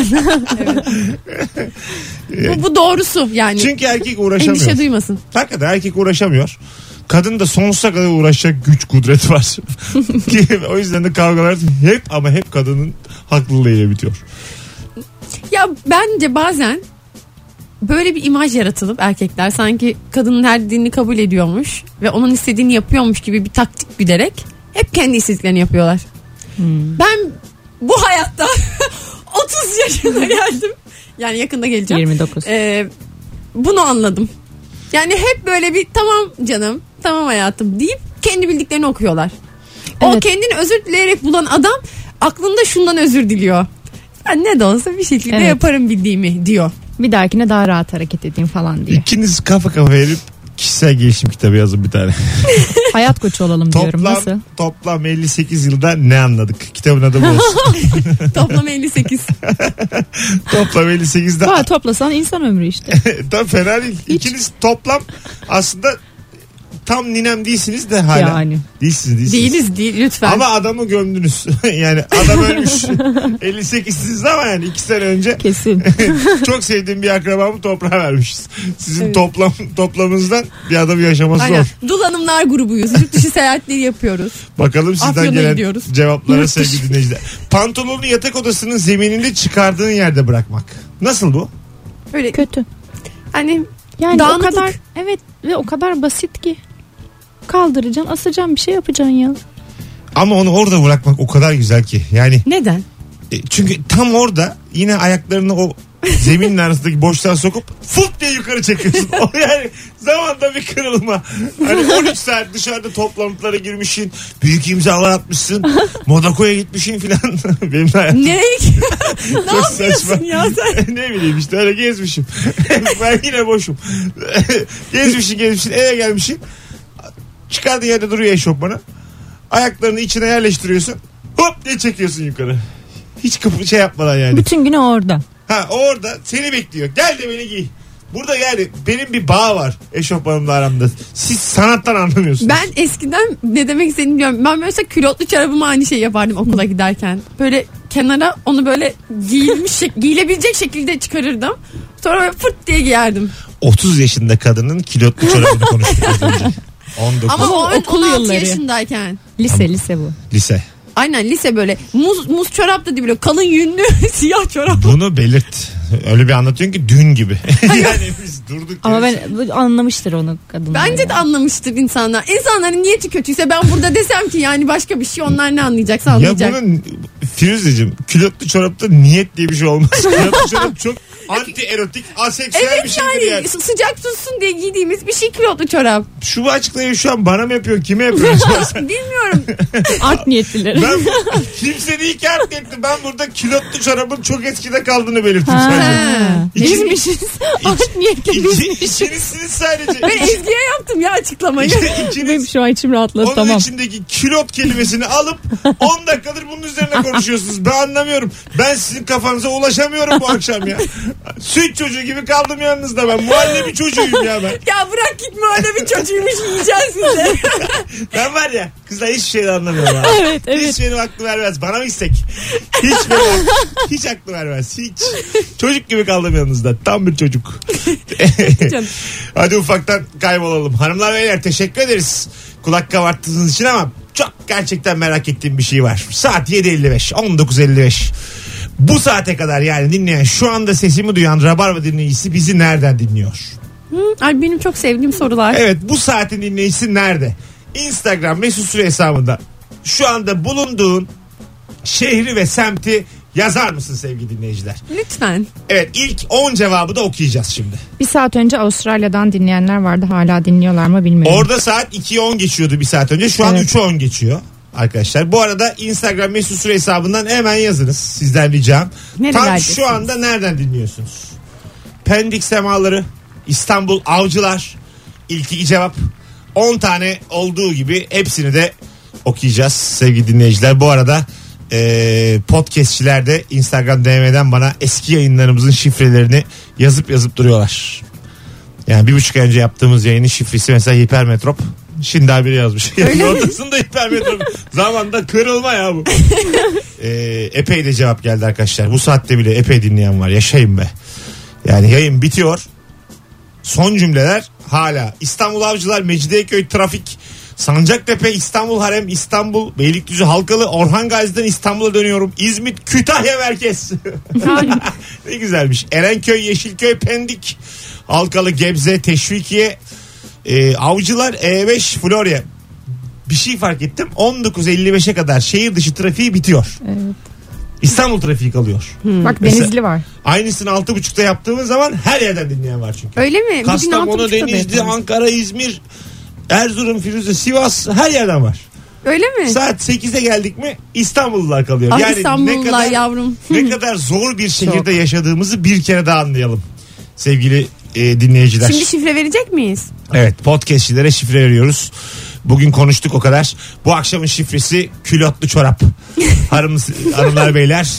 Bu, bu doğrusu yani. Çünkü erkek uğraşamıyor. Endişe duymasın. Hakikaten erkek uğraşamıyor. Kadın da sonsuza kadar uğraşacak güç kudret var. Ki o yüzden de kavgalar hep ama hep kadının haklılığıyla bitiyor. Ya bence bazen böyle bir imaj yaratılıp erkekler sanki kadının her dediğini kabul ediyormuş ve onun istediğini yapıyormuş gibi bir taktik güderek hep kendi istediklerini yapıyorlar. Hmm. Ben bu hayatta otuz yaşına geldim. Yani yakında geleceğim. yirmi dokuz. Ee, bunu anladım. Yani hep böyle bir tamam canım, tamam hayatım deyip kendi bildiklerini okuyorlar. O Evet. kendini özür dileyerek bulan adam aklında şundan özür diliyor. Ben ne de olsa bir şekilde Evet. yaparım bildiğimi diyor. Bir dahakine daha rahat hareket edeyim falan diye. İkiniz kafa kafa verip kişisel gelişim kitabı yazın bir tane. Hayat koçu olalım diyorum. Toplam, Nasıl? toplam elli sekiz yılda ne anladık? Kitabın adı bu olsun. Toplam elli sekiz. Toplam elli sekizde Daha toplasan insan ömrü işte. Tabii fena değil. İkiniz toplam aslında tam ninem değilsiniz de hala. Yani. Değilsiniz değilsiniz. Değiliz değil lütfen. Ama adamı gömdünüz. Yani adam ölmüş. elli sekizsiniz ama yani iki sene önce. Kesin. Çok sevdiğim bir akrabamı toprağa vermişiz. Sizin Evet. toplam toplamınızdan bir adamın yaşaması Aynen. zor. Dul hanımlar grubuyuz. Yurt dışı seyahatleri yapıyoruz. Bakalım sizden Afyon'a gelen gidiyoruz. cevaplara Yurt dışı. sevgili dinleyiciler. Pantolonu yatak odasının zemininde çıkardığın yerde bırakmak. Nasıl bu? Öyle Kötü. hani Yani dağınıklık. o kadar evet ve o kadar basit ki. Kaldıracaksın, asacaksın, bir şey yapacaksın ya. Ama onu orada bırakmak o kadar güzel ki. Yani Neden? e, çünkü tam orada yine ayaklarını o zeminin arasındaki boşluğa sokup fıt diye yukarı çekiyorsun. O yani zamanda bir kırılma. Hani on üç saat dışarıda toplantılara girmişsin. Büyük imzalar atmışsın. Monaco'ya gitmişsin filan. Benim de hayatım Nereye? ne çok yapıyorsun saçma. ya sen? Ne bileyim işte öyle gezmişim. Ben yine boşum. gezmişsin gezmişsin eve gelmişsin. Çıkardığın yerde duruyor eşofmanı. Ayaklarını içine yerleştiriyorsun. Hop diye çekiyorsun yukarı. Hiç kıpır şey yapmadan yani. Bütün günü orada. Ha orada seni bekliyor. Gel de beni giy. Burada yani benim bir bağ var eşofmanımla aramda. Siz sanattan anlamıyorsunuz. Ben eskiden ne demek istediğini biliyorum. Ben mesela külotlu çorabımı aynı şey yapardım okula giderken. Böyle kenara onu böyle giyilmiş şek- giyilebilecek şekilde çıkarırdım. Sonra böyle fırt diye giyerdim. otuz yaşında kadının kilotlu çorabını konuştuk az önce. on dokuz. Ama o okul on altı yılları. yaşındayken. Lise lise bu. Lise. Aynen lise böyle. Muz, muz çorap da değil böyle kalın yünlü siyah çorap. Bunu belirt. Öyle bir anlatıyorsun ki dün gibi. Yani biz durduk. Ama yere- ben bu- anlamıştır onu kadınlar. Bence ya. de anlamıştır insanlar. İnsanların niyeti kötüyse ben burada desem ki yani başka bir şey onlar ne anlayacaksa anlayacak. Ya bunun Firuzeciğim külotlu çorapta niyet diye bir şey olmaz. Külotlu çorap çok anti erotik aseksüel bir Evet şeydir yani, yani. sıcak tutsun diye giydiğimiz bir şey külotlu çorap. Şu açıklayı şu an bana mı yapıyorsun? Kime yapıyorsun? Sen? Bilmiyorum. Art niyetlileri. Ben bu, kimse değil ki art etti. Ben burada külotlu çorabın çok eskide kaldığını belirttim Ha. sadece. İki- Bizmişiz. Art niyetli İki, bizmişiz. ikinizsiniz sadece. Ben Ezgi'ye yaptım ya açıklamayı. Benim İkiniz şu an içim rahatladı, onun tamam. içindeki külot kelimesini alıp on dakikadır bunun üzerine konuşuyorsunuz. Ben anlamıyorum. Ben sizin kafanıza ulaşamıyorum bu akşam ya. Süt çocuğu gibi kaldım yanınızda ben. Muhallebi çocuğuyum ya ben. Ya bırak gitme öyle bir çocuğuymuş yiyeceğiz size. Ben var ya kızlar hiçbir şeyden anlamıyorum ha. Evet, evet. Hiç benim aklı vermez. Bana mı istek? Hiç benim hiç aklı vermez. Hiç. Çocuk gibi kaldım yanınızda. Tam bir çocuk. Canım. Hadi ufaktan kaybolalım. Hanımlar beyler teşekkür ederiz. Kulak kabarttığınız için ama çok gerçekten merak ettiğim bir şey var. Saat yedi elli beş on dokuz elli beş. Bu saate kadar yani dinleyen şu anda sesimi duyan Rabarba dinleyicisi bizi nereden dinliyor? Ay benim çok sevdiğim sorular. Evet bu saatin dinleyicisi nerede? Instagram Mesut Süre hesabında şu anda bulunduğun şehri ve semti yazar mısın sevgili dinleyiciler? Lütfen. Evet ilk on cevabı da okuyacağız şimdi. Bir saat önce Avustralya'dan dinleyenler vardı. Hala dinliyorlar mı bilmiyorum. Orada saat ikiyi on geçiyordu bir saat önce. Şu an Evet. üçü on geçiyor arkadaşlar. Bu arada Instagram Mesut Süre hesabından hemen yazınız. Sizden ricam. Tam Nerelerdesiniz? şu anda nereden dinliyorsunuz? Pendik semaları, İstanbul Avcılar. İlk iki cevap. on tane olduğu gibi hepsini de okuyacağız sevgili dinleyiciler. Bu arada e, podcastçiler de Instagram D M'den bana eski yayınlarımızın şifrelerini yazıp yazıp duruyorlar. Yani bir buçuk ay önce yaptığımız yayının şifresi mesela hipermetrop. Şimdi haberi yazmış. Yani ortasında hipermetrop. Zamanda kırılma ya bu. e, epey de cevap geldi arkadaşlar. Bu saatte bile epey dinleyen var. Yaşayın be. Yani yayın bitiyor. Son cümleler hala. İstanbul Avcılar, Mecidiyeköy trafik, Sancaktepe, İstanbul Harem, İstanbul, Beylikdüzü Halkalı, Orhan Gazi'den İstanbul'a dönüyorum. İzmit, Kütahya merkez. Ne güzelmiş. Erenköy, Yeşilköy, Pendik, Halkalı, Gebze, Teşvikiye, e, Avcılar, E beş, Florya. Bir şey fark ettim. on dokuz elli beşe kadar şehir dışı trafiği bitiyor. Evet. İstanbul trafiği kalıyor. Bak Mesela- Denizli var. Aynısını altı buçukta yaptığımız zaman her yerden dinleyen var çünkü. Öyle mi? Bugün altı Kastamonu, buçukta da Denizli, yapalım. Ankara, İzmir, Erzurum, Firuze, Sivas her yerden var. Öyle mi? Saat sekize geldik mi İstanbullular kalıyor. Ah yani ne İstanbullular kadar, yavrum. ne kadar zor bir şehirde yaşadığımızı bir kere daha anlayalım. Sevgili e, dinleyiciler. Şimdi şifre verecek miyiz? Evet podcastçilere şifre veriyoruz. Bugün konuştuk o kadar. Bu akşamın şifresi külotlu çorap. Hanım, hanımlar beyler.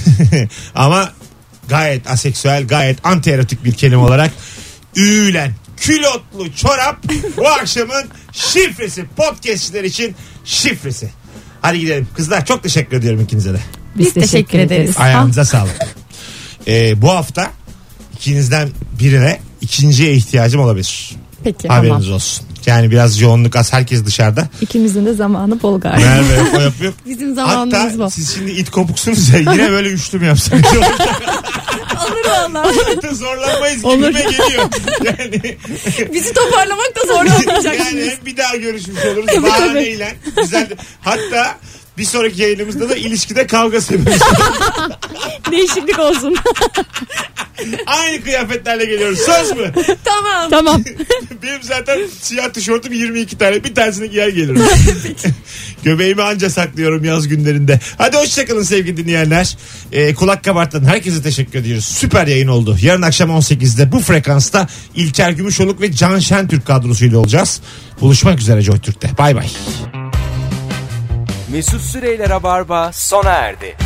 Ama gayet aseksüel, gayet anti erotik bir kelime olarak ülen. külotlu çorap bu akşamın şifresi. Podcastçiler için şifresi. Hadi gidelim. Kızlar çok teşekkür ediyorum ikinize de. Biz teşekkür ederiz. Ayağınıza sağlık. Ee, bu hafta ikinizden birine ikinciye ihtiyacım olabilir. Peki. Haberiniz Tamam. olsun. Yani biraz yoğunluk az, herkes dışarıda. İkimizin de zamanı bol galiba. Merve o yapıyor. Bizim zamanımız Hatta bu. siz şimdi it kopuksunuz ya, yine böyle üçlü mü yapsak? Olur valla. Hatta zorlanmayız Olur. gibime geliyor. Yani, Bizi toparlamak da zorlanmayacak yani şimdi. hem bir daha görüşmüş oluruz. Bahaneyle. Güzel. Hatta bir sonraki yayınımızda da ilişkide kavga sebebi. Değişiklik olsun. Aynı kıyafetlerle geliyoruz. Söz mü? Tamam. Tamam. Benim zaten siyah tişörtüm yirmi iki tane. Bir tanesini giyer gelirim. Göbeğimi anca saklıyorum yaz günlerinde. Hadi hoşçakalın sevgili dinleyenler. Ee, kulak kabartan herkese teşekkür ediyoruz. Süper yayın oldu. Yarın akşam on sekizde bu frekansta İlker Gümüşoluk ve Can Şentürk kadrosuyla olacağız. Buluşmak üzere Joy Türk'te. Bay bay. Mesut Süreyler'e barba sona erdi.